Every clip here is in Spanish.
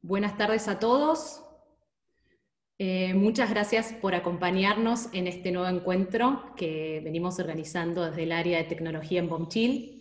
Buenas tardes a todos. Muchas gracias por acompañarnos en este nuevo encuentro que venimos organizando desde el área de tecnología en Bomchil.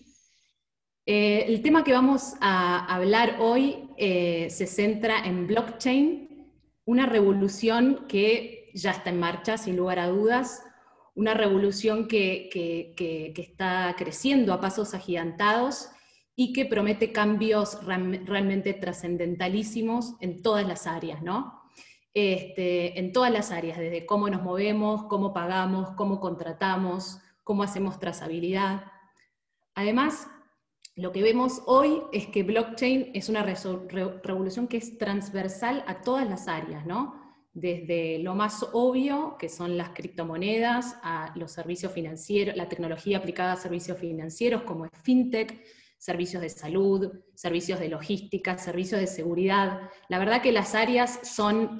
El tema que vamos a hablar hoy se centra en blockchain, una revolución que ya está en marcha, sin lugar a dudas, una revolución que está creciendo a pasos agigantados y que promete cambios realmente trascendentalísimos en todas las áreas, ¿no? En todas las áreas, desde cómo nos movemos, cómo pagamos, cómo contratamos, cómo hacemos trazabilidad. Además, lo que vemos hoy es que blockchain es una revolución que es transversal a todas las áreas, ¿no? Desde lo más obvio, que son las criptomonedas, a los servicios financieros, la tecnología aplicada a servicios financieros como es fintech, servicios de salud, servicios de logística, servicios de seguridad. La verdad que las áreas son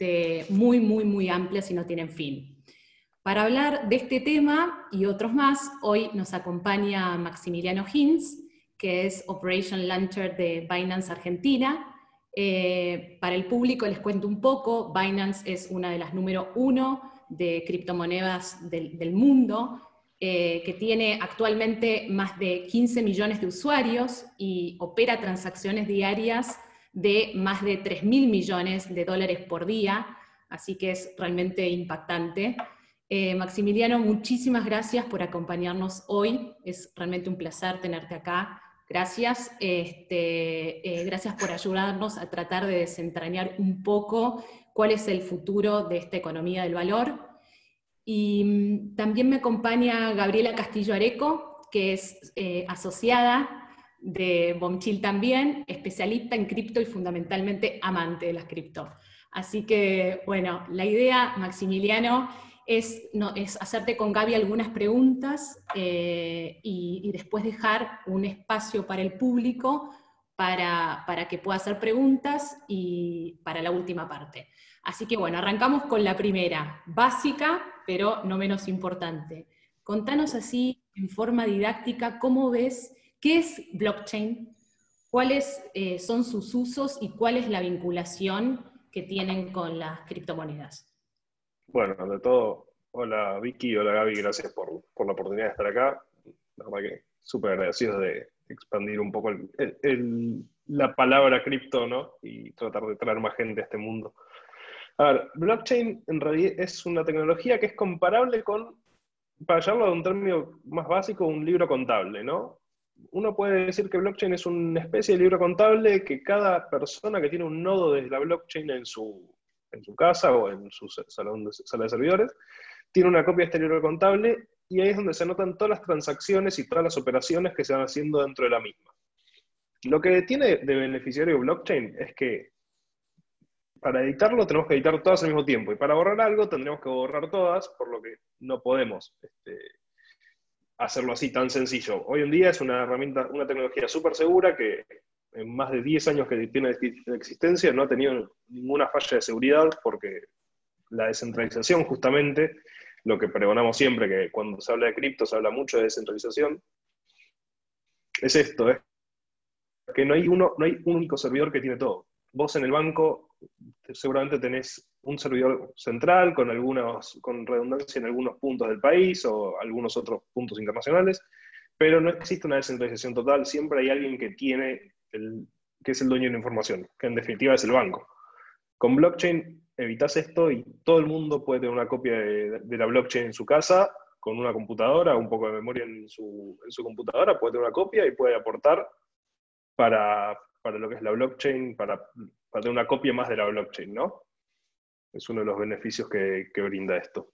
muy amplias y no tienen fin. Para hablar de este tema y otros más, hoy nos acompaña Maximiliano Hinz, que es Operation Launcher de Binance Argentina. Para el público les cuento un poco, Binance es una de las número 1 de criptomonedas del mundo, que tiene actualmente más de 15 millones de usuarios y opera transacciones diarias de más de 3.000 millones de dólares por día, así que es realmente impactante. Maximiliano, muchísimas gracias por acompañarnos hoy, es realmente un placer tenerte acá. Gracias, gracias por ayudarnos a tratar de desentrañar un poco cuál es el futuro de esta economía del valor. Y también me acompaña Gabriela Castillo Areco, que es asociada de Bomchil también, especialista en cripto y fundamentalmente amante de las cripto. Así que, bueno, la idea, Maximiliano, es hacerte con Gaby algunas preguntas y después dejar un espacio para el público para que pueda hacer preguntas y para la última parte. Así que bueno, arrancamos con la primera, básica, pero no menos importante. Contanos así, en forma didáctica, cómo ves, qué es blockchain, cuáles son sus usos y cuál es la vinculación que tienen con las criptomonedas. Bueno, ante todo, hola Vicky, hola Gaby, gracias por la oportunidad de estar acá. La verdad que súper agradecidos de expandir un poco la palabra cripto, ¿no? Y tratar de traer más gente a este mundo. A ver, blockchain en realidad es una tecnología que es comparable con, para llamarlo de un término más básico, un libro contable, ¿no? Uno puede decir que blockchain es una especie de libro contable que cada persona que tiene un nodo de la blockchain en su casa o en su sala de servidores, tiene una copia de este libro contable y ahí es donde se anotan todas las transacciones y todas las operaciones que se van haciendo dentro de la misma. Lo que tiene de beneficiario blockchain es que para editarlo tenemos que editar todas al mismo tiempo y para borrar algo tendremos que borrar todas, por lo que no podemos hacerlo así tan sencillo. Hoy en día es una herramienta, una tecnología súper segura que en más de 10 años que tiene de existencia no ha tenido ninguna falla de seguridad porque la descentralización justamente, lo que pregonamos siempre, que cuando se habla de cripto se habla mucho de descentralización, es esto, es que no hay un único servidor que tiene todo. Vos en el banco seguramente tenés un servidor central con redundancia en algunos puntos del país o algunos otros puntos internacionales, pero no existe una descentralización total, siempre hay alguien que que es el dueño de la información, que en definitiva es el banco. Con blockchain evitas esto y todo el mundo puede tener una copia de la blockchain en su casa, con una computadora, un poco de memoria en su computadora, puede tener una copia y puede aportar para lo que es la blockchain, para tener una copia más de la blockchain, ¿no? Es uno de los beneficios que brinda esto.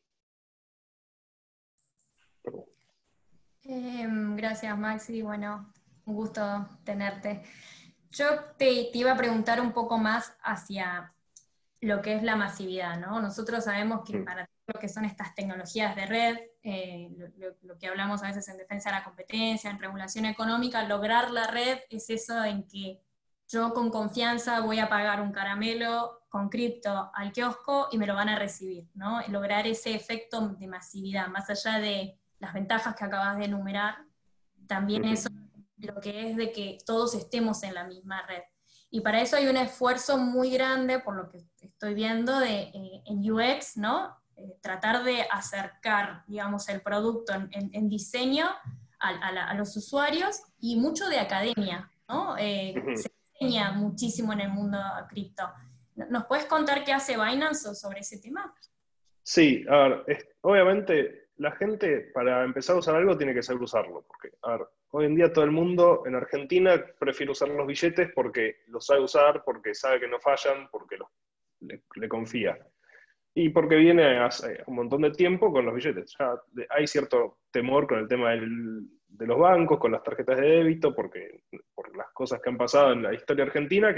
Gracias, Maxi. Bueno, un gusto tenerte. Yo te iba a preguntar un poco más hacia lo que es la masividad, ¿no? Nosotros sabemos que para lo que son estas tecnologías de red, lo que hablamos a veces en defensa de la competencia, en regulación económica, lograr la red es eso en que yo con confianza voy a pagar un caramelo con cripto al kiosco y me lo van a recibir, ¿no? Lograr ese efecto de masividad, más allá de las ventajas que acabas de enumerar, también eso lo que es de que todos estemos en la misma red. Y para eso hay un esfuerzo muy grande, por lo que estoy viendo, en UX, ¿no? Tratar de acercar, digamos, el producto en diseño a los usuarios, y mucho de academia, ¿no? Se enseña muchísimo en el mundo cripto. ¿Nos puedes contar qué hace Binance sobre ese tema? Sí, a ver, obviamente la gente para empezar a usar algo tiene que saber usarlo, porque, a ver, hoy en día todo el mundo en Argentina prefiere usar los billetes porque los sabe usar, porque sabe que no fallan, porque le confía. Y porque viene hace un montón de tiempo con los billetes. Ya hay cierto temor con el tema de los bancos, con las tarjetas de débito, por las cosas que han pasado en la historia argentina,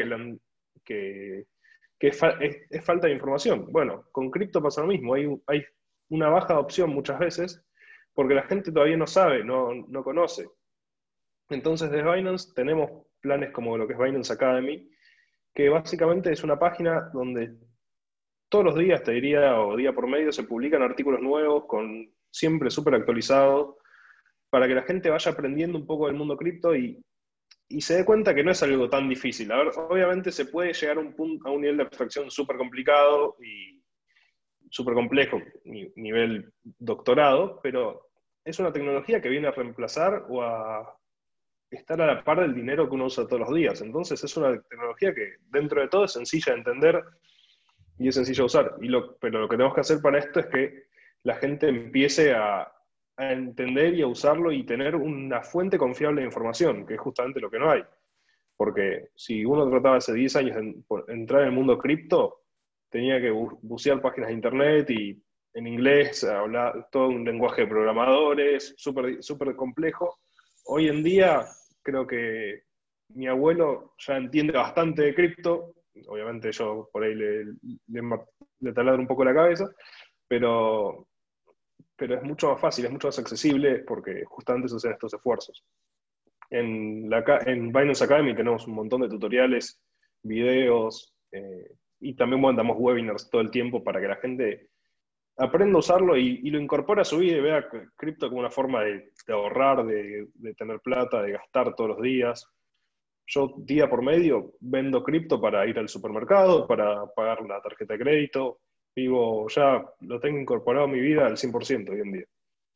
que es falta de información. Bueno, con cripto pasa lo mismo. Hay una baja adopción muchas veces porque la gente todavía no sabe, no conoce. Entonces, desde Binance tenemos planes como lo que es Binance Academy, que básicamente es una página donde todos los días, te diría, o día por medio, se publican artículos nuevos, siempre súper actualizados, para que la gente vaya aprendiendo un poco del mundo cripto y se dé cuenta que no es algo tan difícil. A ver, obviamente se puede llegar a un nivel de abstracción súper complicado y súper complejo, nivel doctorado, pero es una tecnología que viene a reemplazar o a estar a la par del dinero que uno usa todos los días. Entonces es una tecnología que dentro de todo es sencilla de entender y es sencillo de usar. Pero lo que tenemos que hacer para esto es que la gente empiece a entender y a usarlo y tener una fuente confiable de información, que es justamente lo que no hay. Porque si uno trataba hace 10 años de entrar en el mundo cripto, tenía que bucear páginas de internet y en inglés, hablar todo un lenguaje de programadores, súper súper complejo. Hoy en día creo que mi abuelo ya entiende bastante de cripto, obviamente yo por ahí le taladro un poco la cabeza, pero es mucho más fácil, es mucho más accesible porque justamente se hacen estos esfuerzos. En Binance Academy tenemos un montón de tutoriales, videos, y también damos webinars todo el tiempo para que la gente aprenda a usarlo y lo incorpore a su vida y vea cripto como una forma de ahorrar, de tener plata, de gastar todos los días. Yo día por medio vendo cripto para ir al supermercado, para pagar la tarjeta de crédito. Ya lo tengo incorporado a mi vida al 100% hoy en día.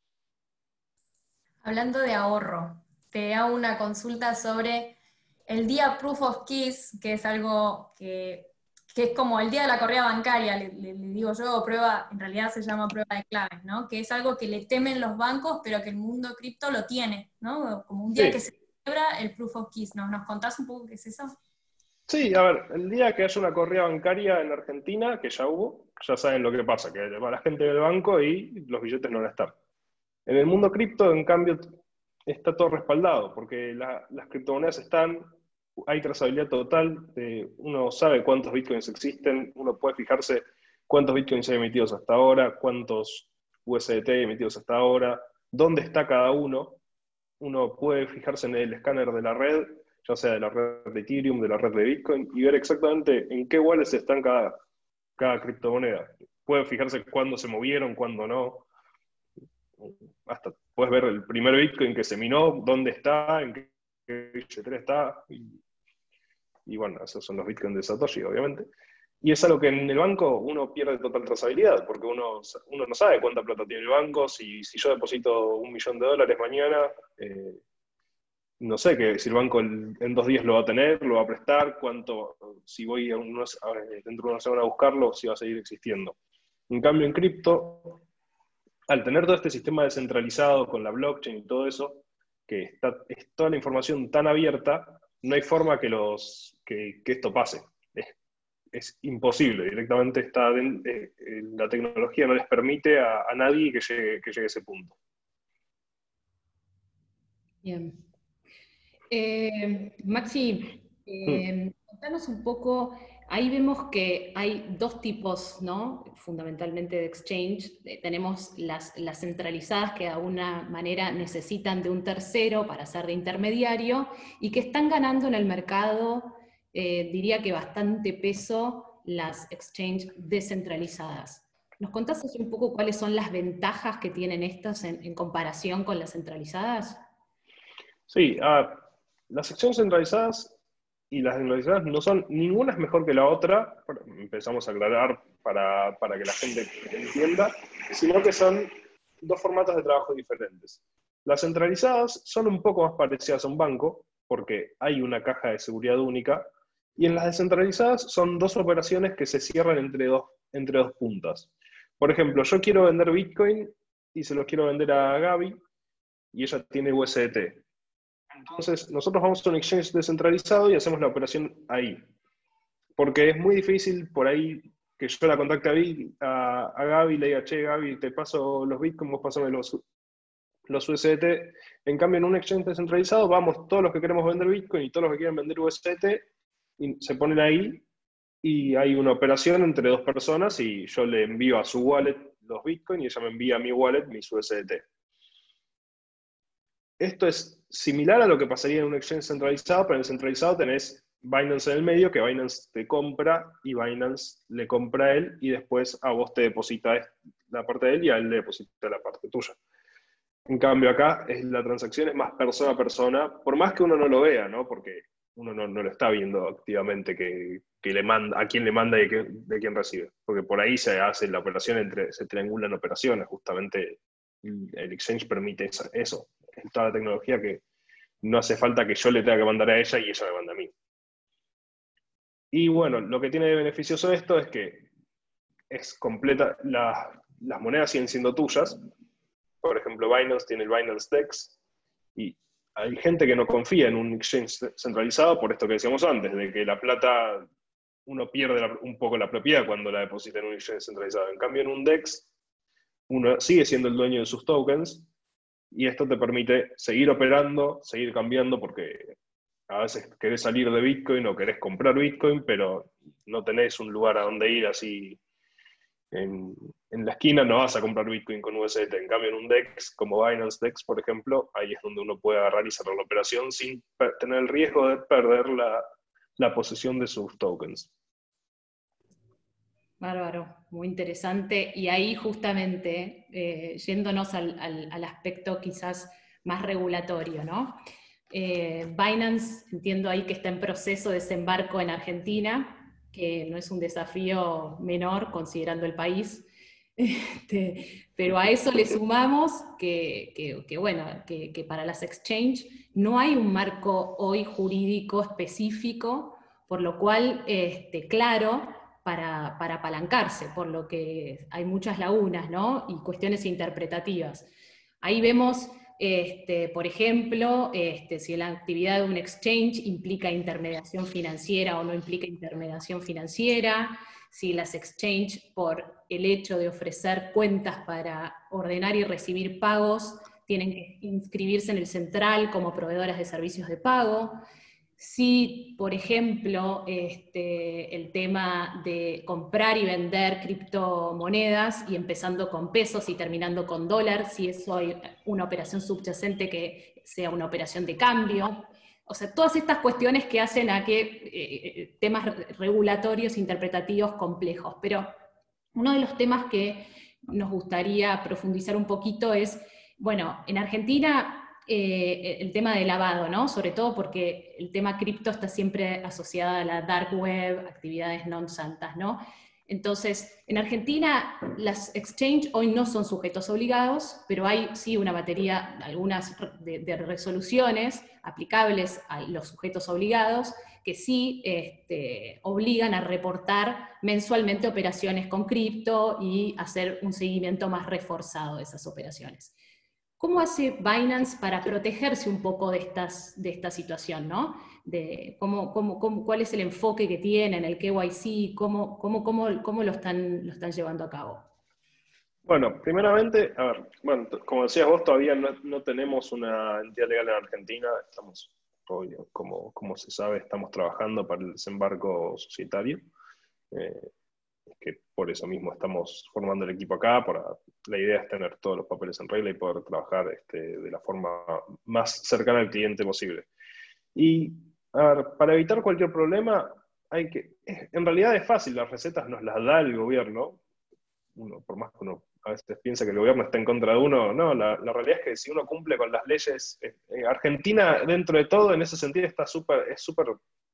Hablando de ahorro, te hago una consulta sobre el día Proof of Keys, que es algo que es como el día de la correa bancaria, le digo yo, o prueba, en realidad se llama prueba de claves, ¿no? Que es algo que le temen los bancos, pero que el mundo cripto lo tiene, ¿no? Como un día que Sí. se celebra el Proof of Keys. ¿Nos contás un poco qué es eso? Sí, a ver, el día que haya una corrida bancaria en Argentina, que ya hubo, ya saben lo que pasa, que va la gente del banco y los billetes no van a estar. En el mundo cripto, en cambio, está todo respaldado, porque las criptomonedas hay trazabilidad total, uno sabe cuántos bitcoins existen, uno puede fijarse cuántos bitcoins hay emitidos hasta ahora, cuántos USDT emitidos hasta ahora, dónde está cada uno. Uno puede fijarse en el escáner de la red, ya sea de la red de Ethereum, de la red de Bitcoin, y ver exactamente en qué wallets están cada criptomoneda. Puede fijarse cuándo se movieron, cuándo no. Hasta puedes ver el primer Bitcoin que se minó, dónde está, en qué billetera está. Y bueno, esos son los Bitcoins de Satoshi, obviamente. Y es algo que en el banco uno pierde total trazabilidad, porque uno no sabe cuánta plata tiene el banco. Si yo deposito $1.000.000 mañana, no sé si el banco en 2 días lo va a tener, lo va a prestar, si voy dentro de una semana a buscarlo, si va a seguir existiendo. En cambio, en cripto, al tener todo este sistema descentralizado con la blockchain y todo eso, es toda la información tan abierta, no hay forma que esto pase. Es imposible, directamente la tecnología no les permite a nadie que llegue a ese punto. Bien. Maxi, contanos un poco, ahí vemos que hay dos tipos, ¿no? Fundamentalmente de exchange. Tenemos las centralizadas que de alguna manera necesitan de un tercero para ser de intermediario y que están ganando en el mercado, diría que bastante peso, las exchange descentralizadas. ¿Nos contás un poco cuáles son las ventajas que tienen estas en comparación con las centralizadas? Sí, las secciones centralizadas y las descentralizadas no son, ninguna es mejor que la otra, empezamos a aclarar para que la gente entienda, sino que son dos formatos de trabajo diferentes. Las centralizadas son un poco más parecidas a un banco, porque hay una caja de seguridad única, y en las descentralizadas son dos operaciones que se cierran entre dos puntas. Por ejemplo, yo quiero vender Bitcoin y se los quiero vender a Gaby, y ella tiene USDT. Entonces, nosotros vamos a un exchange descentralizado y hacemos la operación ahí. Porque es muy difícil por ahí que yo la contacte a Gaby y le diga, che, Gaby, te paso los Bitcoin, vos pasame los USDT. En cambio, en un exchange descentralizado, vamos todos los que queremos vender Bitcoin y todos los que quieren vender USDT, y se ponen ahí, y hay una operación entre dos personas, y yo le envío a su wallet los Bitcoin y ella me envía a mi wallet mis USDT. Esto es similar a lo que pasaría en un exchange centralizado, pero en el centralizado tenés Binance en el medio, que Binance te compra y Binance le compra a él, y después a vos te deposita la parte de él y a él le deposita la parte tuya. En cambio acá la transacción es más persona a persona, por más que uno no lo vea, ¿no? Porque uno no lo está viendo activamente que le manda, a quién le manda y de quién recibe. Porque por ahí se hace la operación, se triangulan operaciones, justamente el exchange permite eso. Es toda la tecnología que no hace falta que yo le tenga que mandar a ella y ella me manda a mí. Y bueno, lo que tiene de beneficioso esto es que es completa, las monedas siguen siendo tuyas. Por ejemplo, Binance tiene el Binance DEX, y hay gente que no confía en un exchange centralizado por esto que decíamos antes, de que la plata, uno pierde un poco la propiedad cuando la deposita en un exchange centralizado. En cambio, en un DEX, uno sigue siendo el dueño de sus tokens, y esto te permite seguir operando, seguir cambiando, porque a veces querés salir de Bitcoin o querés comprar Bitcoin, pero no tenés un lugar a donde ir así. En la esquina no vas a comprar Bitcoin con USDT. En cambio, en un DEX, como Binance DEX, por ejemplo, ahí es donde uno puede agarrar y cerrar la operación sin tener el riesgo de perder la posesión de sus tokens. Bárbaro, muy interesante. Y ahí justamente, yéndonos al aspecto quizás más regulatorio, ¿no? Binance, entiendo ahí que está en proceso de desembarco en Argentina, que no es un desafío menor considerando el país, pero a eso le sumamos que para las exchange no hay un marco hoy jurídico específico, por lo cual, claro, para apalancarse, por lo que hay muchas lagunas, ¿no? Y cuestiones interpretativas. Ahí vemos, por ejemplo, si la actividad de un exchange implica intermediación financiera o no implica intermediación financiera, si las exchange, por el hecho de ofrecer cuentas para ordenar y recibir pagos, tienen que inscribirse en el central como proveedoras de servicios de pago. Si, por ejemplo, el tema de comprar y vender criptomonedas, y empezando con pesos y terminando con dólar, si eso hay una operación subyacente que sea una operación de cambio. O sea, todas estas cuestiones que hacen a que temas regulatorios, interpretativos complejos. Pero uno de los temas que nos gustaría profundizar un poquito es, bueno, en Argentina el tema de lavado, ¿no? Sobre todo porque el tema cripto está siempre asociado a la dark web, actividades non santas, ¿no? Entonces, en Argentina las exchange hoy no son sujetos obligados, pero hay sí una batería, algunas de resoluciones aplicables a los sujetos obligados, que sí obligan a reportar mensualmente operaciones con cripto y hacer un seguimiento más reforzado de esas operaciones. ¿Cómo hace Binance para protegerse un poco de esta situación, ¿no? De cuál es el enfoque que tienen, el KYC, cómo lo están llevando a cabo? Bueno, primeramente, a ver, bueno, como decías vos, todavía no tenemos una entidad legal en Argentina. Estamos, obvio, como se sabe, estamos trabajando para el desembarco societario. Que por eso mismo estamos formando el equipo acá. La idea es tener todos los papeles en regla y poder trabajar de la forma más cercana al cliente posible. Y a ver, para evitar cualquier problema, en realidad es fácil, las recetas nos las da el gobierno. Por más que uno a veces piensa que el gobierno está en contra de uno, no, la realidad es que si uno cumple con las leyes, Argentina dentro de todo en ese sentido es súper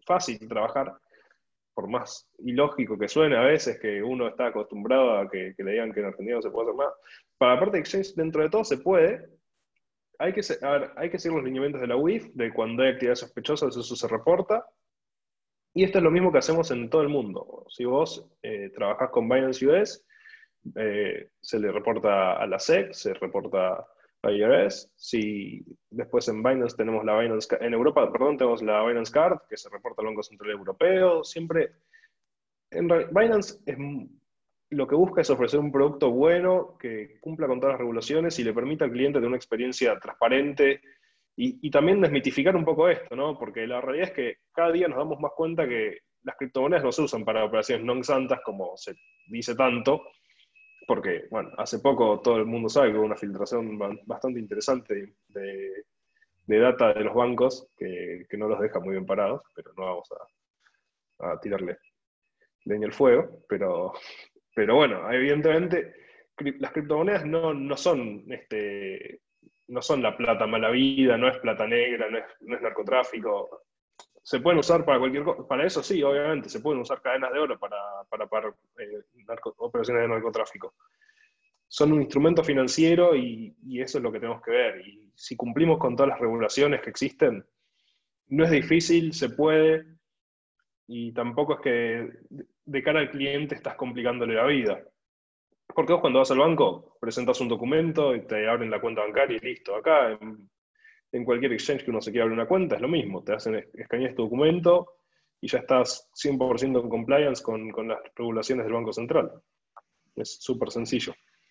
fácil trabajar, por más ilógico que suene a veces, que uno está acostumbrado a que le digan que en Argentina no se puede hacer nada. Para la parte de exchange, dentro de todo se puede. A ver, hay que seguir los lineamientos de la UIF, de cuando hay actividades sospechosas, eso se reporta. Y esto es lo mismo que hacemos en todo el mundo. Si vos trabajás con Binance US, se le reporta a la SEC, se reporta a IRS. Si después en Binance tenemos la Binance, en Europa, perdón, tenemos la Binance Card, que se reporta al Banco Central Europeo. Siempre, Binance lo que busca es ofrecer un producto bueno, que cumpla con todas las regulaciones y le permita al cliente tener una experiencia transparente y también desmitificar un poco esto, ¿no? Porque la realidad es que cada día nos damos más cuenta que las criptomonedas no se usan para operaciones non santas como se dice tanto, porque, bueno, hace poco todo el mundo sabe que hubo una filtración bastante interesante de data de los bancos que no los deja muy bien parados, pero no vamos a tirarle leña al fuego, pero bueno, evidentemente las criptomonedas no son no son la plata mala vida, no es plata negra, no es narcotráfico. Se pueden usar para cualquier cosa, para eso sí, obviamente, se pueden usar cadenas de oro para operaciones de narcotráfico. Son un instrumento financiero y eso es lo que tenemos que ver. Y si cumplimos con todas las regulaciones que existen, no es difícil, se puede, y tampoco es que de cara al cliente estás complicándole la vida. Porque vos cuando vas al banco, presentas un documento y te abren la cuenta bancaria y listo. Acá, en cualquier exchange que uno se quiera abrir una cuenta, es lo mismo. Te hacen escanear tu documento y ya estás 100% en compliance con las regulaciones del Banco Central. Es súper sencillo.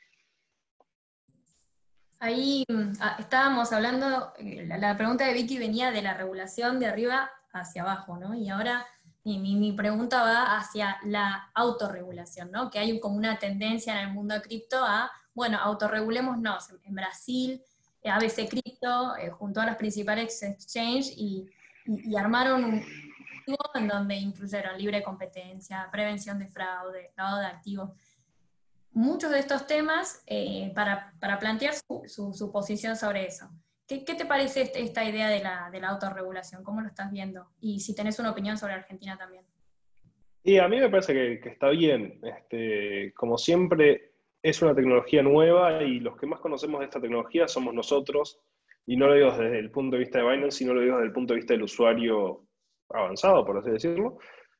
Ahí estábamos hablando, la pregunta de Vicky venía de la regulación de arriba hacia abajo, ¿no? Y ahora mi pregunta va hacia la autorregulación, ¿no? Que hay como una tendencia en el mundo cripto a, bueno, autorregulémonos. En Brasil, ABC Cripto, junto a las principales exchanges y armaron un grupo en donde incluyeron libre competencia, prevención de fraude, lavado de activos, muchos de estos temas para plantear su posición sobre eso. ¿Qué te parece esta idea de la autorregulación? ¿Cómo lo estás viendo? Y si tenés una opinión sobre Argentina también. Y a mí me parece que está bien. Como siempre, es una tecnología nueva y los que más conocemos de esta tecnología somos nosotros. Y no lo digo desde el punto de vista de Binance, sino lo digo desde el punto de vista del usuario avanzado, por así decirlo.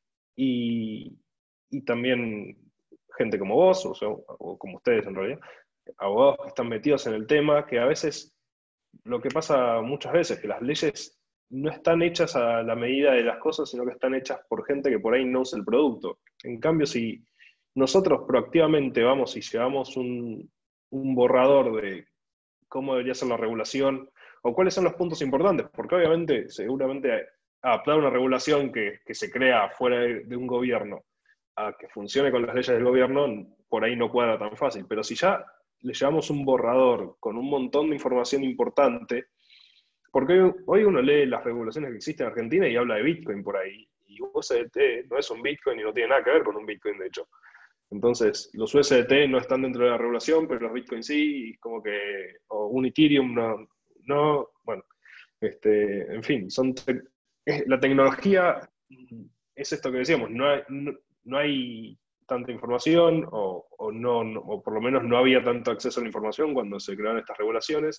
Y también gente como vos, o como ustedes en realidad, abogados que están metidos en el tema, que a veces, lo que pasa muchas veces, que las leyes no están hechas a la medida de las cosas, sino que están hechas por gente que por ahí no usa el producto. En cambio, si nosotros proactivamente vamos y llevamos un borrador de cómo debería ser la regulación, o cuáles son los puntos importantes, porque obviamente, seguramente, adaptar una regulación que se crea fuera de un gobierno a que funcione con las leyes del gobierno, por ahí no cuadra tan fácil. Pero si ya le llevamos un borrador con un montón de información importante, porque hoy uno lee las regulaciones que existen en Argentina y habla de Bitcoin por ahí, y USDT no es un Bitcoin y no tiene nada que ver con un Bitcoin, de hecho. Entonces, los USDT no están dentro de la regulación, pero los Bitcoin sí, y como que, o un Ethereum no bueno, en fin, la tecnología es esto que decíamos, no hay tanta información, o por lo menos no había tanto acceso a la información cuando se crearon estas regulaciones.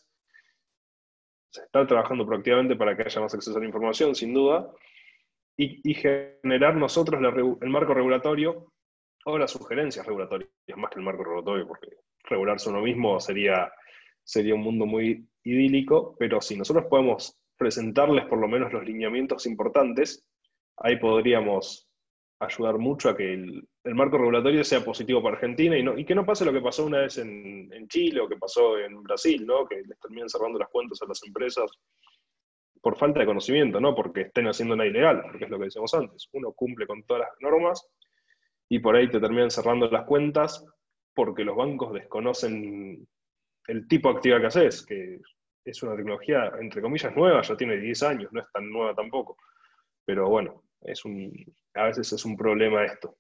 Se está trabajando proactivamente para que haya más acceso a la información, sin duda, y generar nosotros el marco regulatorio o las sugerencias regulatorias, más que el marco regulatorio, porque regularse uno mismo sería un mundo muy idílico, pero si nosotros podemos presentarles por lo menos los lineamientos importantes, ahí podríamos ayudar mucho a que el marco regulatorio sea positivo para Argentina y que no pase lo que pasó una vez en Chile o que pasó en Brasil, ¿no? Que les terminan cerrando las cuentas a las empresas por falta de conocimiento, no porque estén haciendo nada ilegal, porque es lo que decíamos antes. Uno cumple con todas las normas y por ahí te terminan cerrando las cuentas porque los bancos desconocen el tipo de actividad que haces, que es una tecnología, entre comillas, nueva, ya tiene 10 años, no es tan nueva tampoco. Pero bueno, a veces es un problema esto.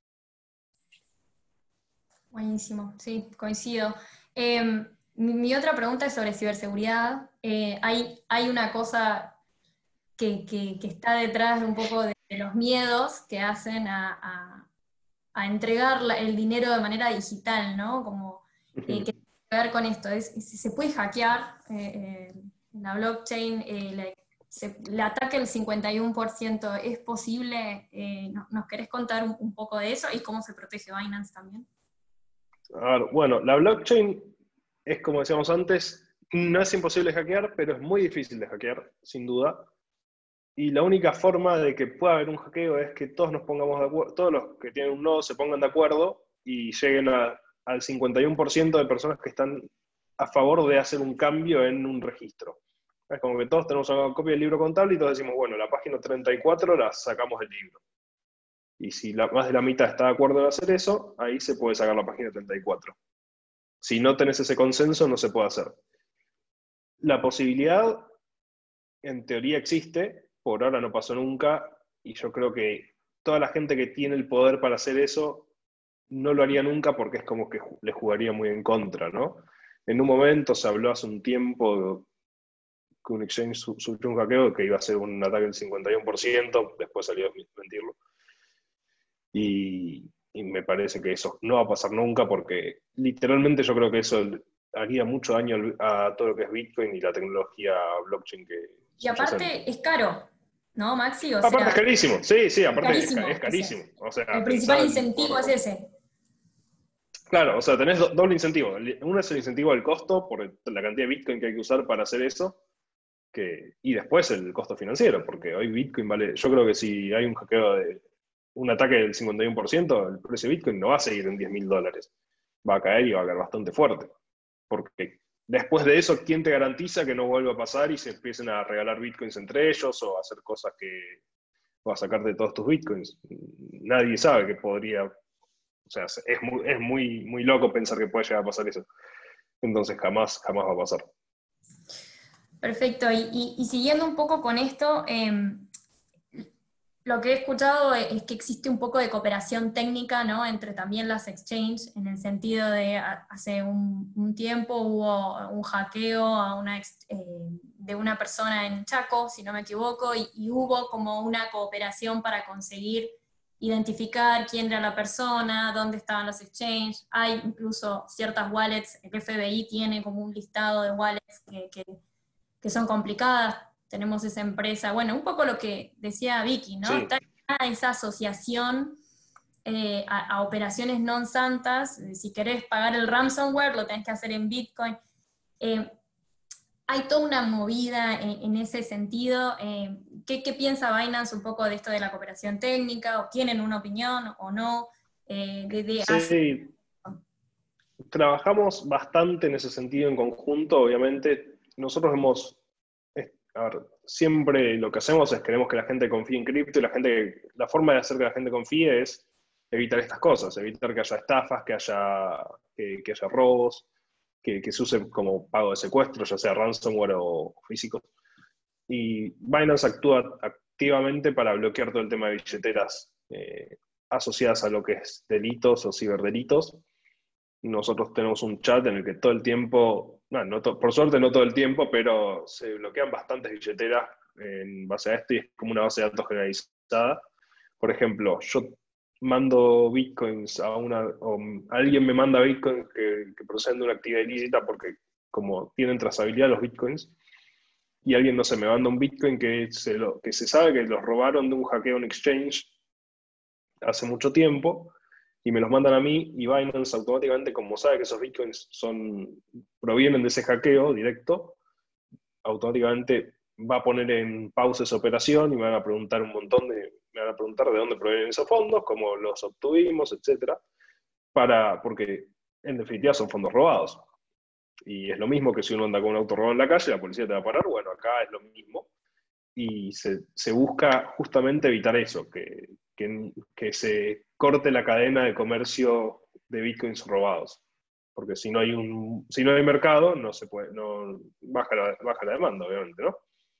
Buenísimo, sí, coincido. Mi otra pregunta es sobre ciberseguridad. Hay una cosa que está detrás de un poco de de los miedos que hacen a entregar el dinero de manera digital, ¿no? Como que tiene que ver con esto, si se puede hackear la blockchain, le ataque el 51%, ¿es posible? ¿Nos querés contar un poco de eso y cómo se protege Binance también? A ver, bueno, la blockchain es, como decíamos antes, no es imposible de hackear, pero es muy difícil de hackear, sin duda. Y la única forma de que pueda haber un hackeo es que todos nos pongamos de acuerdo, todos los que tienen un nodo se pongan de acuerdo y lleguen al 51% de personas que están a favor de hacer un cambio en un registro. Es como que todos tenemos una copia del libro contable y todos decimos, bueno, la página 34 la sacamos del libro. Y si más de la mitad está de acuerdo en hacer eso, ahí se puede sacar la página 34. Si no tenés ese consenso, no se puede hacer. La posibilidad, en teoría, existe, por ahora no pasó nunca, y yo creo que toda la gente que tiene el poder para hacer eso no lo haría nunca porque es como que le jugaría muy en contra, ¿no? En un momento se habló hace un tiempo que un exchange sufrió un hackeo que iba a ser un ataque del 51%, después salió a mentirlo. Y me parece que eso no va a pasar nunca porque literalmente yo creo que eso haría mucho daño a todo lo que es Bitcoin y la tecnología blockchain que... Y aparte es caro, ¿no, Maxi? O aparte sea, es carísimo, sí, aparte carísimo, es carísimo. O sea, el principal incentivo es ese. Claro, o sea, tenés doble incentivo. Uno es el incentivo del costo por la cantidad de Bitcoin que hay que usar para hacer eso, y después el costo financiero, porque hoy Bitcoin vale, yo creo que si hay un hackeo un ataque del 51%, el precio de Bitcoin no va a seguir en $10.000. Va a caer y va a caer bastante fuerte. Porque después de eso, ¿quién te garantiza que no vuelva a pasar y se empiecen a regalar Bitcoins entre ellos o a hacer cosas o a sacarte todos tus Bitcoins? Nadie sabe que podría... O sea, es muy loco pensar que puede llegar a pasar eso. Entonces jamás va a pasar. Perfecto. Y siguiendo un poco con esto, lo que he escuchado es que existe un poco de cooperación técnica, ¿no? Entre también las exchanges, en el sentido de hace un tiempo hubo un hackeo de una persona en Chaco, si no me equivoco, y hubo como una cooperación para conseguir identificar quién era la persona, dónde estaban los exchanges. Hay incluso ciertas wallets, el FBI tiene como un listado de wallets que son complicadas. Tenemos esa empresa, bueno, un poco lo que decía Vicky, ¿no? Sí. Está esa asociación a operaciones non santas. Si querés pagar el ransomware, lo tenés que hacer en Bitcoin. Hay toda una movida en ese sentido. ¿Qué piensa Binance un poco de esto de la cooperación técnica? ¿O tienen una opinión o no? Sí, trabajamos bastante en ese sentido en conjunto, obviamente. Nosotros a ver, siempre lo que hacemos es queremos que la gente confíe en cripto y la forma de hacer que la gente confíe es evitar estas cosas, evitar que haya estafas, que haya robos, que se use como pago de secuestro, ya sea ransomware o físicos. Y Binance actúa activamente para bloquear todo el tema de billeteras asociadas a lo que es delitos o ciberdelitos. Nosotros tenemos un chat en el que todo el tiempo, por suerte no todo el tiempo, pero se bloquean bastantes billeteras en base a esto y es como una base de datos generalizada. Por ejemplo, yo mando bitcoins o alguien me manda bitcoins que proceden de una actividad ilícita porque como tienen trazabilidad los bitcoins, y alguien, no sé, me manda un bitcoin que se sabe que los robaron de un hackeo en exchange hace mucho tiempo, y me los mandan a mí, y Binance automáticamente, como sabe que esos bitcoins provienen de ese hackeo directo, automáticamente va a poner en pausa esa operación y me van a preguntar de dónde provienen esos fondos, cómo los obtuvimos, etcétera, porque en definitiva son fondos robados. Y es lo mismo que si uno anda con un auto robado en la calle, la policía te va a parar, bueno, acá es lo mismo. Y se busca justamente evitar eso, que se corte la cadena de comercio de bitcoins robados. Porque si no hay mercado, baja la demanda, obviamente, ¿no?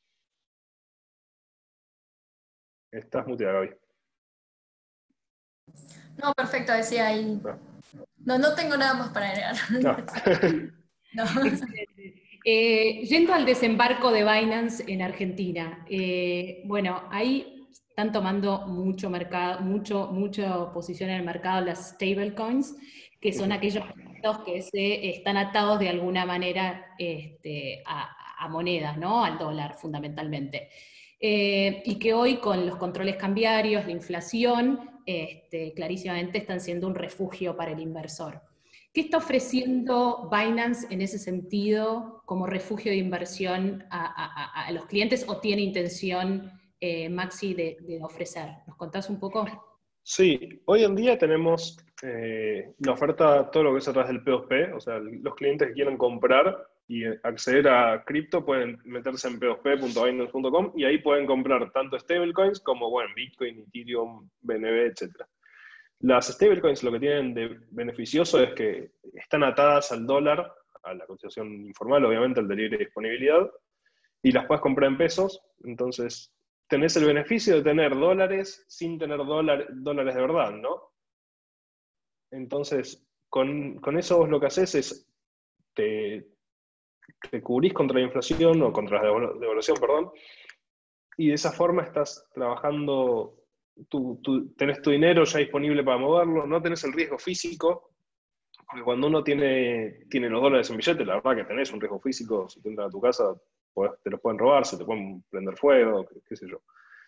Estás muteada, Gaby. No, perfecto, decía ahí. No tengo nada más para agregar. No. Yendo al desembarco de Binance en Argentina, bueno, ahí están tomando mucha posición en el mercado las stablecoins, que son aquellos que están atados de alguna manera a monedas, ¿no? Al dólar fundamentalmente. Y que hoy con los controles cambiarios, la inflación, clarísimamente están siendo un refugio para el inversor. ¿Qué está ofreciendo Binance en ese sentido como refugio de inversión a los clientes, o tiene intención Maxi de ofrecer? ¿Nos contás un poco? Sí, hoy en día tenemos la oferta, todo lo que es a través del P2P, o sea, los clientes que quieran comprar y acceder a cripto pueden meterse en p2p.binance.com y ahí pueden comprar tanto stablecoins como, bueno, Bitcoin, Ethereum, BNB, etc. Las stablecoins lo que tienen de beneficioso es que están atadas al dólar, a la cotización informal, obviamente, al de libre disponibilidad, y las puedes comprar en pesos, entonces tenés el beneficio de tener dólares sin tener dólares de verdad, ¿no? Entonces, con eso vos lo que haces es, te cubrís contra la inflación, o contra la devaluación, perdón, y de esa forma estás trabajando, tenés tu dinero ya disponible para moverlo, no tenés el riesgo físico, porque cuando uno tiene los dólares en billete, la verdad que tenés un riesgo físico. Si te entran a tu casa, te los pueden robar, se te pueden prender fuego, qué sé yo.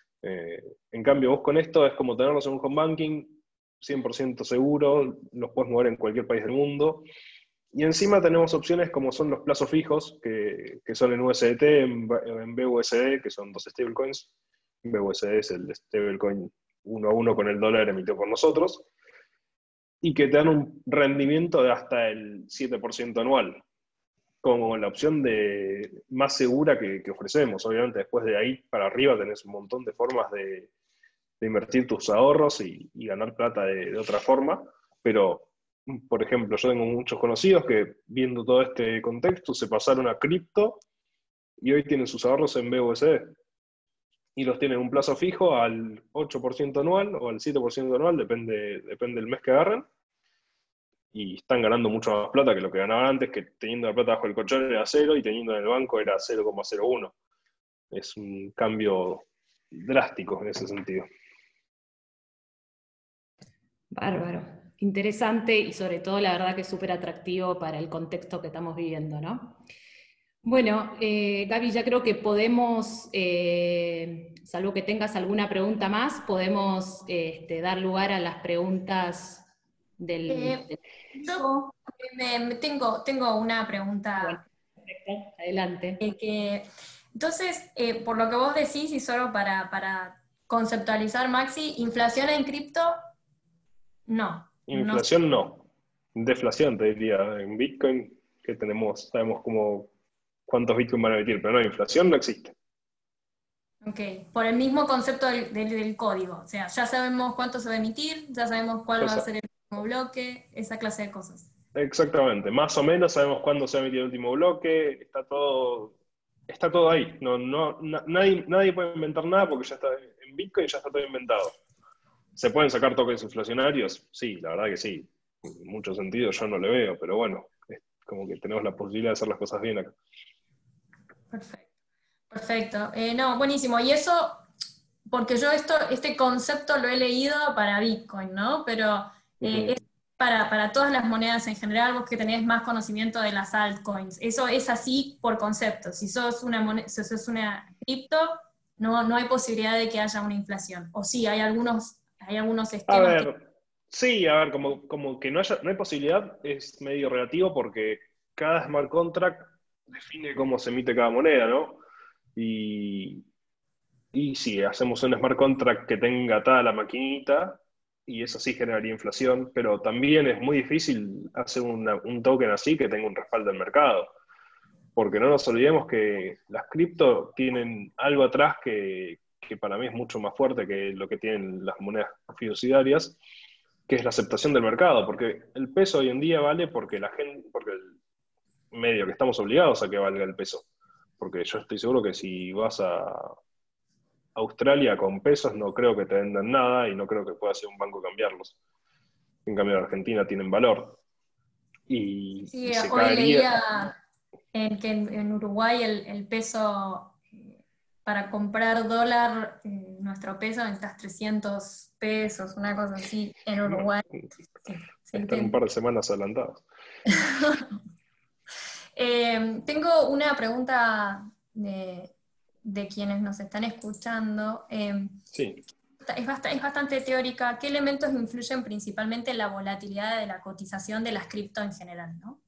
En cambio, vos con esto es como tenerlos en un home banking, 100% seguro, los puedes mover en cualquier país del mundo. Y encima tenemos opciones como son los plazos fijos, que son en USDT, en BUSD, que son dos stablecoins. BUSD es el stablecoin 1 a 1 con el dólar emitido por nosotros, y que te dan un rendimiento de hasta el 7% anual, como la opción más segura que ofrecemos. Obviamente después de ahí para arriba tenés un montón de formas de invertir tus ahorros y ganar plata de otra forma, pero por ejemplo yo tengo muchos conocidos que viendo todo este contexto se pasaron a cripto y hoy tienen sus ahorros en BUSD y los tienen un plazo fijo al 8% anual o al 7% anual, depende del mes que agarren, y están ganando mucho más plata que lo que ganaban antes, que teniendo la plata bajo el colchón era 0 y teniendo en el banco era 0,01. Es un cambio drástico en ese sentido. Bárbaro, interesante, y sobre todo la verdad que es súper atractivo para el contexto que estamos viviendo, ¿no? Bueno, Gaby, ya creo que podemos, salvo que tengas alguna pregunta más, podemos dar lugar a las preguntas del... Yo tengo una pregunta. Bueno, perfecto, adelante. Entonces, por lo que vos decís, y solo para conceptualizar, Maxi, ¿inflación en cripto? No. Inflación no. Deflación, te diría. En Bitcoin, que sabemos cuántos Bitcoin van a emitir, pero no, inflación no existe. Ok, por el mismo concepto del código. O sea, ya sabemos cuánto se va a emitir, ya sabemos cuál va a ser el último bloque, esa clase de cosas. Exactamente. Más o menos sabemos cuándo se va a emitir el último bloque, está todo ahí. Nadie puede inventar nada porque ya está en Bitcoin, ya está todo inventado. ¿Se pueden sacar tokens inflacionarios? Sí, la verdad que sí. En muchos sentidos yo no le veo, pero bueno, es como que tenemos la posibilidad de hacer las cosas bien acá. Perfecto. No, buenísimo. Y eso, porque yo este concepto lo he leído para Bitcoin, ¿no? Pero es para todas las monedas en general, vos que tenés más conocimiento de las altcoins. Eso es así por concepto. Si sos una cripto, no hay posibilidad de que haya una inflación. O sí, hay algunos esquemas como que no hay posibilidad, es medio relativo porque cada smart contract define cómo se emite cada moneda, ¿no? Y si hacemos un smart contract que tenga atada la maquinita, y eso sí generaría inflación, pero también es muy difícil hacer un token así que tenga un respaldo del mercado. Porque no nos olvidemos que las cripto tienen algo atrás que para mí es mucho más fuerte que lo que tienen las monedas fiduciarias, que es la aceptación del mercado. Porque el peso hoy en día vale porque el medio que estamos obligados a que valga el peso. Porque yo estoy seguro que si vas a Australia con pesos, no creo que te vendan nada y no creo que pueda ser un banco cambiarlos. En cambio, en Argentina tienen valor. Y se hoy caería. leía que en Uruguay el peso para comprar dólar, nuestro peso, necesitas 300 pesos, una cosa así, en Uruguay. Sí, se Están un entiende. par de semanas adelantados. Tengo una pregunta de quienes nos están escuchando. Sí. Es bastante teórica. ¿Qué elementos influyen principalmente en la volatilidad de la cotización de las cripto en general, ¿no?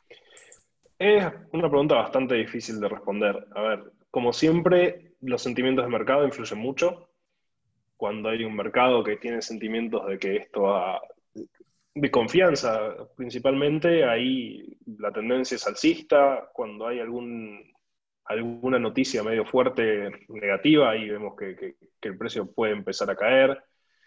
Es una pregunta bastante difícil de responder. A ver, como siempre, los sentimientos de mercado influyen mucho. Cuando hay un mercado que tiene sentimientos de que esto va de confianza, principalmente, ahí la tendencia es alcista. Cuando hay alguna noticia medio fuerte negativa, ahí vemos que el precio puede empezar a caer.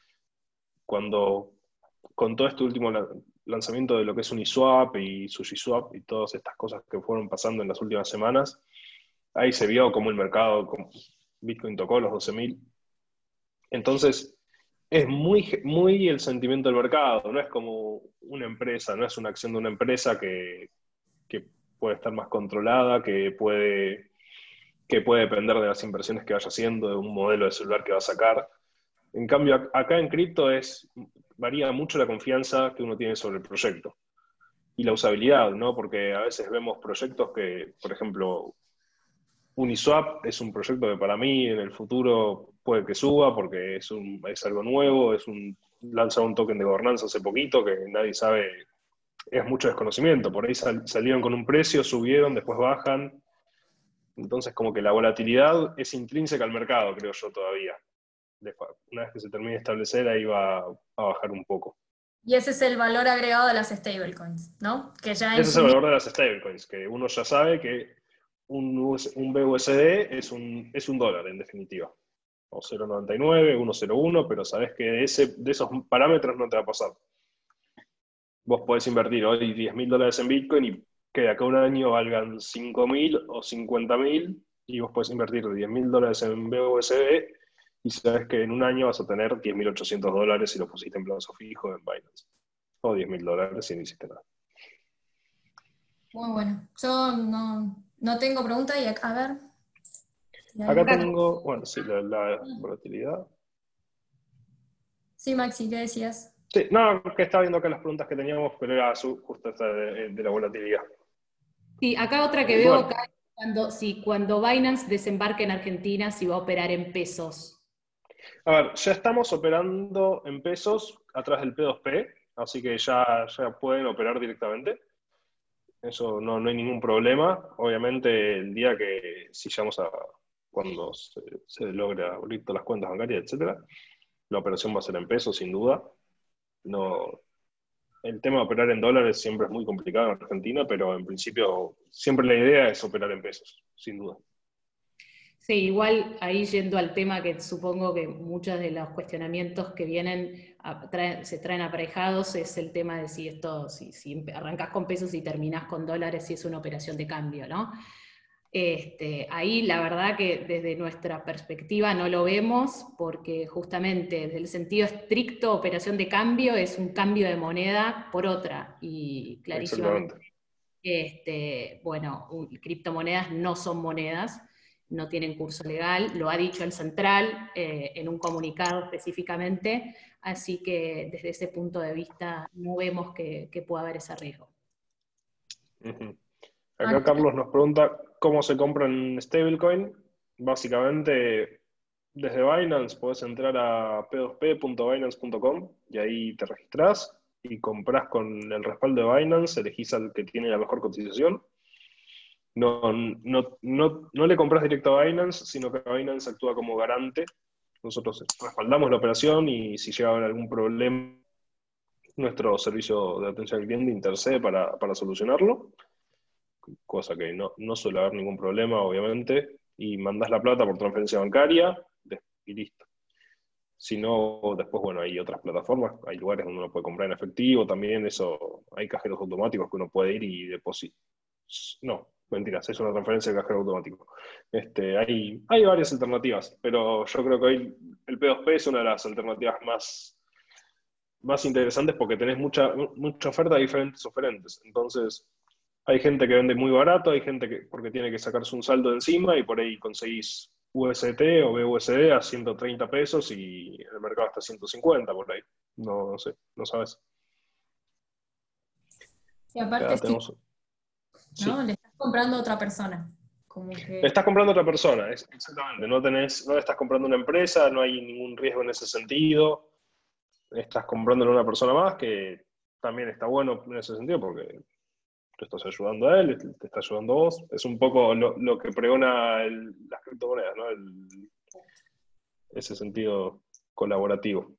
Cuando con todo este último lanzamiento de lo que es Uniswap y SushiSwap y todas estas cosas que fueron pasando en las últimas semanas, ahí se vio como el mercado, como Bitcoin tocó los 12.000. Entonces, es muy el sentimiento del mercado, no es como una empresa, no es una acción de una empresa que puede estar más controlada, que puede depender de las inversiones que vaya haciendo, de un modelo de celular que va a sacar. En cambio, acá en cripto varía mucho la confianza que uno tiene sobre el proyecto y la usabilidad, ¿no? Porque a veces vemos proyectos que, por ejemplo, Uniswap es un proyecto que para mí en el futuro puede que suba porque es algo nuevo, lanza un token de gobernanza hace poquito que nadie sabe, es mucho desconocimiento. Por ahí salieron con un precio, subieron, después bajan. Entonces, como que la volatilidad es intrínseca al mercado, creo yo todavía. Una vez que se termine de establecer, ahí va a bajar un poco. Y ese es el valor agregado de las stablecoins, ¿no? Que ya en Ese es su el valor de las stablecoins, que uno ya sabe que un BUSD es un dólar, en definitiva. O 0,99, 1,01, pero sabes que de esos parámetros no te va a pasar. Vos podés invertir hoy $10.000 en Bitcoin y que de acá a un año valgan 5.000 o 50.000, y vos podés invertir $10.000 en BUSD y sabes que en un año vas a tener $10.800 si lo pusiste en plazo fijo en Binance. O $10.000 si no hiciste nada. Muy bueno. Yo no tengo pregunta y a ver. Acá tengo, bueno, sí, la volatilidad. Sí, Maxi, ¿qué decías? Sí, no, que estaba viendo acá las preguntas que teníamos, pero era justo esta de la volatilidad. Sí, acá otra que Y veo bueno, acá, cuando Binance desembarque en Argentina, si va a operar en pesos. a ver, ya estamos operando en pesos atrás del P2P, así que ya pueden operar directamente. Eso no hay ningún problema. Obviamente, el día que si llegamos cuando se logre abrir todas las cuentas bancarias, etcétera, la operación va a ser en pesos, sin duda. No, el tema de operar en dólares siempre es muy complicado en Argentina, pero en principio siempre la idea es operar en pesos, sin duda. Sí, igual ahí yendo al tema que supongo que muchos de los cuestionamientos que vienen se traen aparejados es el tema de si arrancás con pesos y terminás con dólares, si es una operación de cambio, ¿no? Ahí la verdad que desde nuestra perspectiva no lo vemos porque justamente desde el sentido estricto operación de cambio es un cambio de moneda por otra y clarísimamente, bueno, criptomonedas no son monedas, no tienen curso legal, lo ha dicho el Central en un comunicado específicamente, así que desde ese punto de vista no vemos que pueda haber ese riesgo. Uh-huh. Acá Carlos nos pregunta cómo se compra en stablecoin. Básicamente, desde Binance podés entrar a p2p.binance.com y ahí te registrás y comprás con el respaldo de Binance, elegís al que tiene la mejor cotización. No le compras directo a Binance, sino que Binance actúa como garante. Nosotros respaldamos la operación y si llega a haber algún problema, nuestro servicio de atención al cliente intercede para solucionarlo, cosa que no suele haber ningún problema, obviamente, y mandás la plata por transferencia bancaria y listo. Si no, después, bueno, hay otras plataformas, hay lugares donde uno puede comprar en efectivo también, hay cajeros automáticos que uno puede ir y depositar. No, mentiras, es una transferencia de cajero automático. Hay varias alternativas, pero yo creo que hoy el P2P es una de las alternativas más interesantes porque tenés mucha oferta de diferentes oferentes. Entonces, hay gente que vende muy barato, hay gente porque tiene que sacarse un saldo de encima y por ahí conseguís UST o BUSD a 130 pesos y en el mercado está a 150 por ahí. No sé, no sabes. Y aparte, Acá tenemos... ¿no? Sí. Le estás comprando a otra persona. Como Le que... estás comprando a otra persona, exactamente. No le estás comprando a una empresa, no hay ningún riesgo en ese sentido. Estás comprándole a una persona más, que también está bueno en ese sentido, porque tú estás ayudando a él, te está ayudando a vos. Es un poco lo que pregona las criptomonedas, ¿no? Ese sentido colaborativo.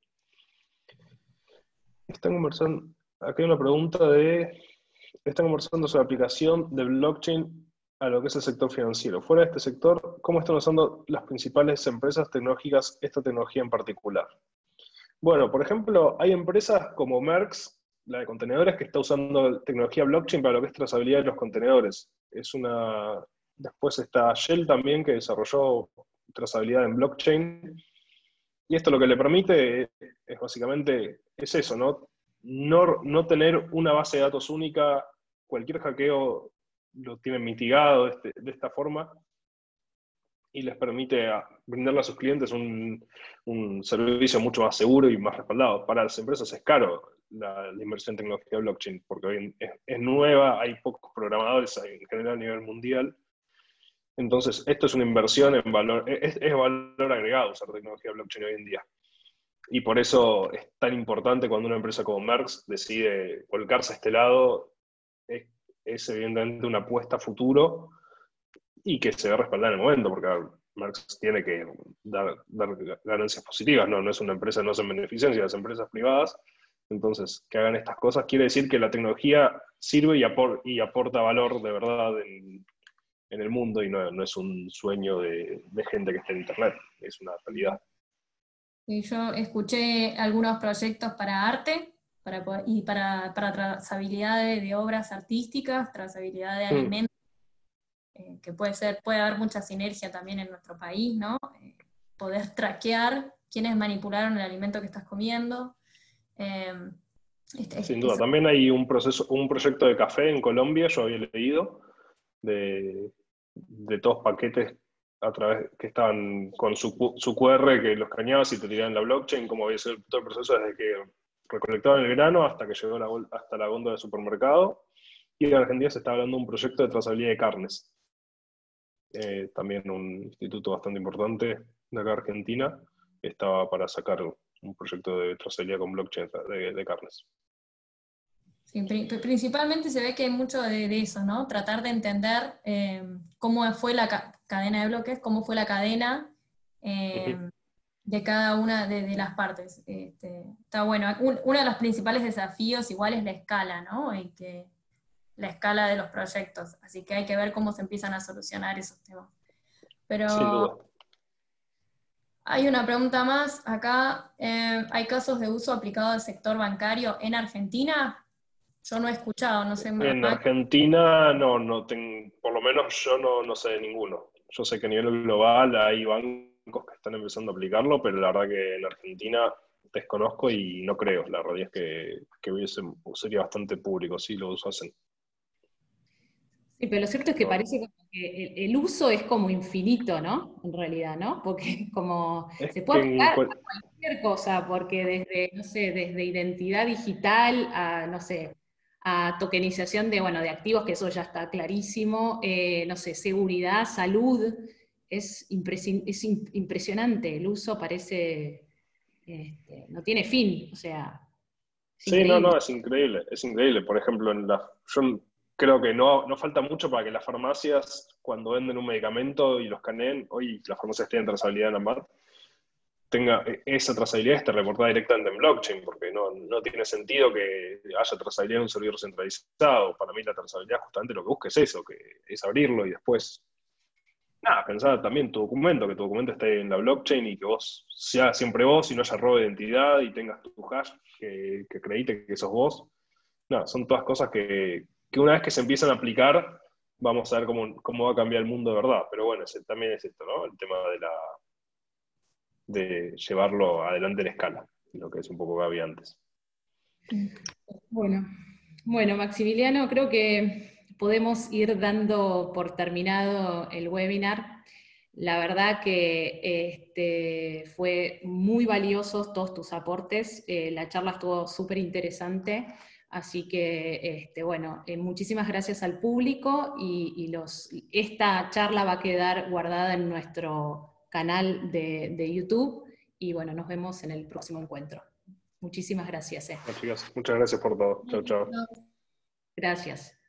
Están conversando, aquí hay una pregunta están conversando sobre la aplicación de blockchain a lo que es el sector financiero. Fuera de este sector, ¿cómo están usando las principales empresas tecnológicas esta tecnología en particular? Bueno, por ejemplo, hay empresas como Merx, la de contenedores, que está usando tecnología blockchain para lo que es trazabilidad de los contenedores. Después está Shell también, que desarrolló trazabilidad en blockchain. Y esto lo que le permite es básicamente, es eso, ¿no? No tener una base de datos única. Cualquier hackeo lo tienen mitigado de esta forma y les permite brindarle a sus clientes un servicio mucho más seguro y más respaldado. Para las empresas es caro la inversión en tecnología blockchain, porque hoy es nueva, hay pocos programadores en general a nivel mundial. Entonces, esto es una inversión en valor, es valor agregado usar tecnología blockchain hoy en día. Y por eso es tan importante cuando una empresa como Merx decide volcarse a este lado, es evidentemente una apuesta a futuro y que se ve respaldada en el momento, porque Merx tiene que dar ganancias positivas, no es una empresa, no se benefician, sino las empresas privadas. Entonces, que hagan estas cosas quiere decir que la tecnología sirve y aporta valor de verdad en el mundo, y no es un sueño de gente que está en Internet, es una realidad. Y yo escuché algunos proyectos para arte y para trazabilidad de obras artísticas, trazabilidad de alimentos, que puede haber mucha sinergia también en nuestro país, ¿no? Poder traquear quiénes manipularon el alimento que estás comiendo. Sin duda. También hay un proyecto de café en Colombia, yo había leído, de todos paquetes que estaban con su QR, que los escaneabas y te tiraban en la blockchain, como había sido todo el proceso desde que recolectaban el grano hasta que llegó hasta la góndola del supermercado. Y en Argentina se está hablando de un proyecto de trazabilidad de carnes. También un instituto bastante importante de acá Argentina estaba para sacar un proyecto de trazabilidad con blockchain de carnes. Sí, principalmente se ve que hay mucho de eso, ¿no? Tratar de entender cómo fue la cadena de bloques, cómo fue la cadena de cada una de las partes. Está bueno. Uno de los principales desafíos igual es la escala, ¿no? La escala de los proyectos. Así que hay que ver cómo se empiezan a solucionar esos temas. Sin Pero duda. hay una pregunta más acá. ¿Hay casos de uso aplicado al sector bancario en Argentina? Yo no he escuchado, no sé. En Argentina por lo menos yo no sé de ninguno. Yo sé que a nivel global hay bancos que están empezando a aplicarlo, pero la verdad que en Argentina desconozco y no creo. La realidad es que sería bastante público si lo usasen. Sí, pero lo cierto es que parece como que el uso es como infinito, ¿no? En realidad, ¿no? Porque como Es se que puede aplicar a cualquier cosa, porque desde, no sé, desde identidad digital a, no sé, a tokenización de activos, que eso ya está clarísimo, no sé, seguridad, salud, es impresionante, el uso parece, no tiene fin, o sea, es Sí, increíble. es increíble, es increíble. Por ejemplo, yo creo que no falta mucho para que las farmacias, cuando venden un medicamento y lo escaneen, hoy las farmacias tienen trazabilidad en AMBAT, tenga esa trazabilidad esté reportada directamente en blockchain, porque no tiene sentido que haya trazabilidad en un servidor centralizado. Para mí la trazabilidad justamente lo que busca es eso, que es abrirlo y después, pensar también que tu documento esté en la blockchain y que vos seas siempre vos y no haya robo de identidad y tengas tu hash que acredite que sos vos. Son todas cosas que una vez que se empiezan a aplicar, vamos a ver cómo va a cambiar el mundo de verdad. Pero bueno, también es esto, ¿no? El tema de llevarlo adelante en escala, lo que es un poco Gaby antes. Bueno, Maximiliano, creo que podemos ir dando por terminado el webinar. La verdad que fue muy valiosos todos tus aportes, la charla estuvo súper interesante, así que bueno, muchísimas gracias al público esta charla va a quedar guardada en nuestro canal de YouTube y bueno, nos vemos en el próximo encuentro. Muchísimas gracias. Bueno, chicas, muchas gracias por todo. Chao, chao. Gracias.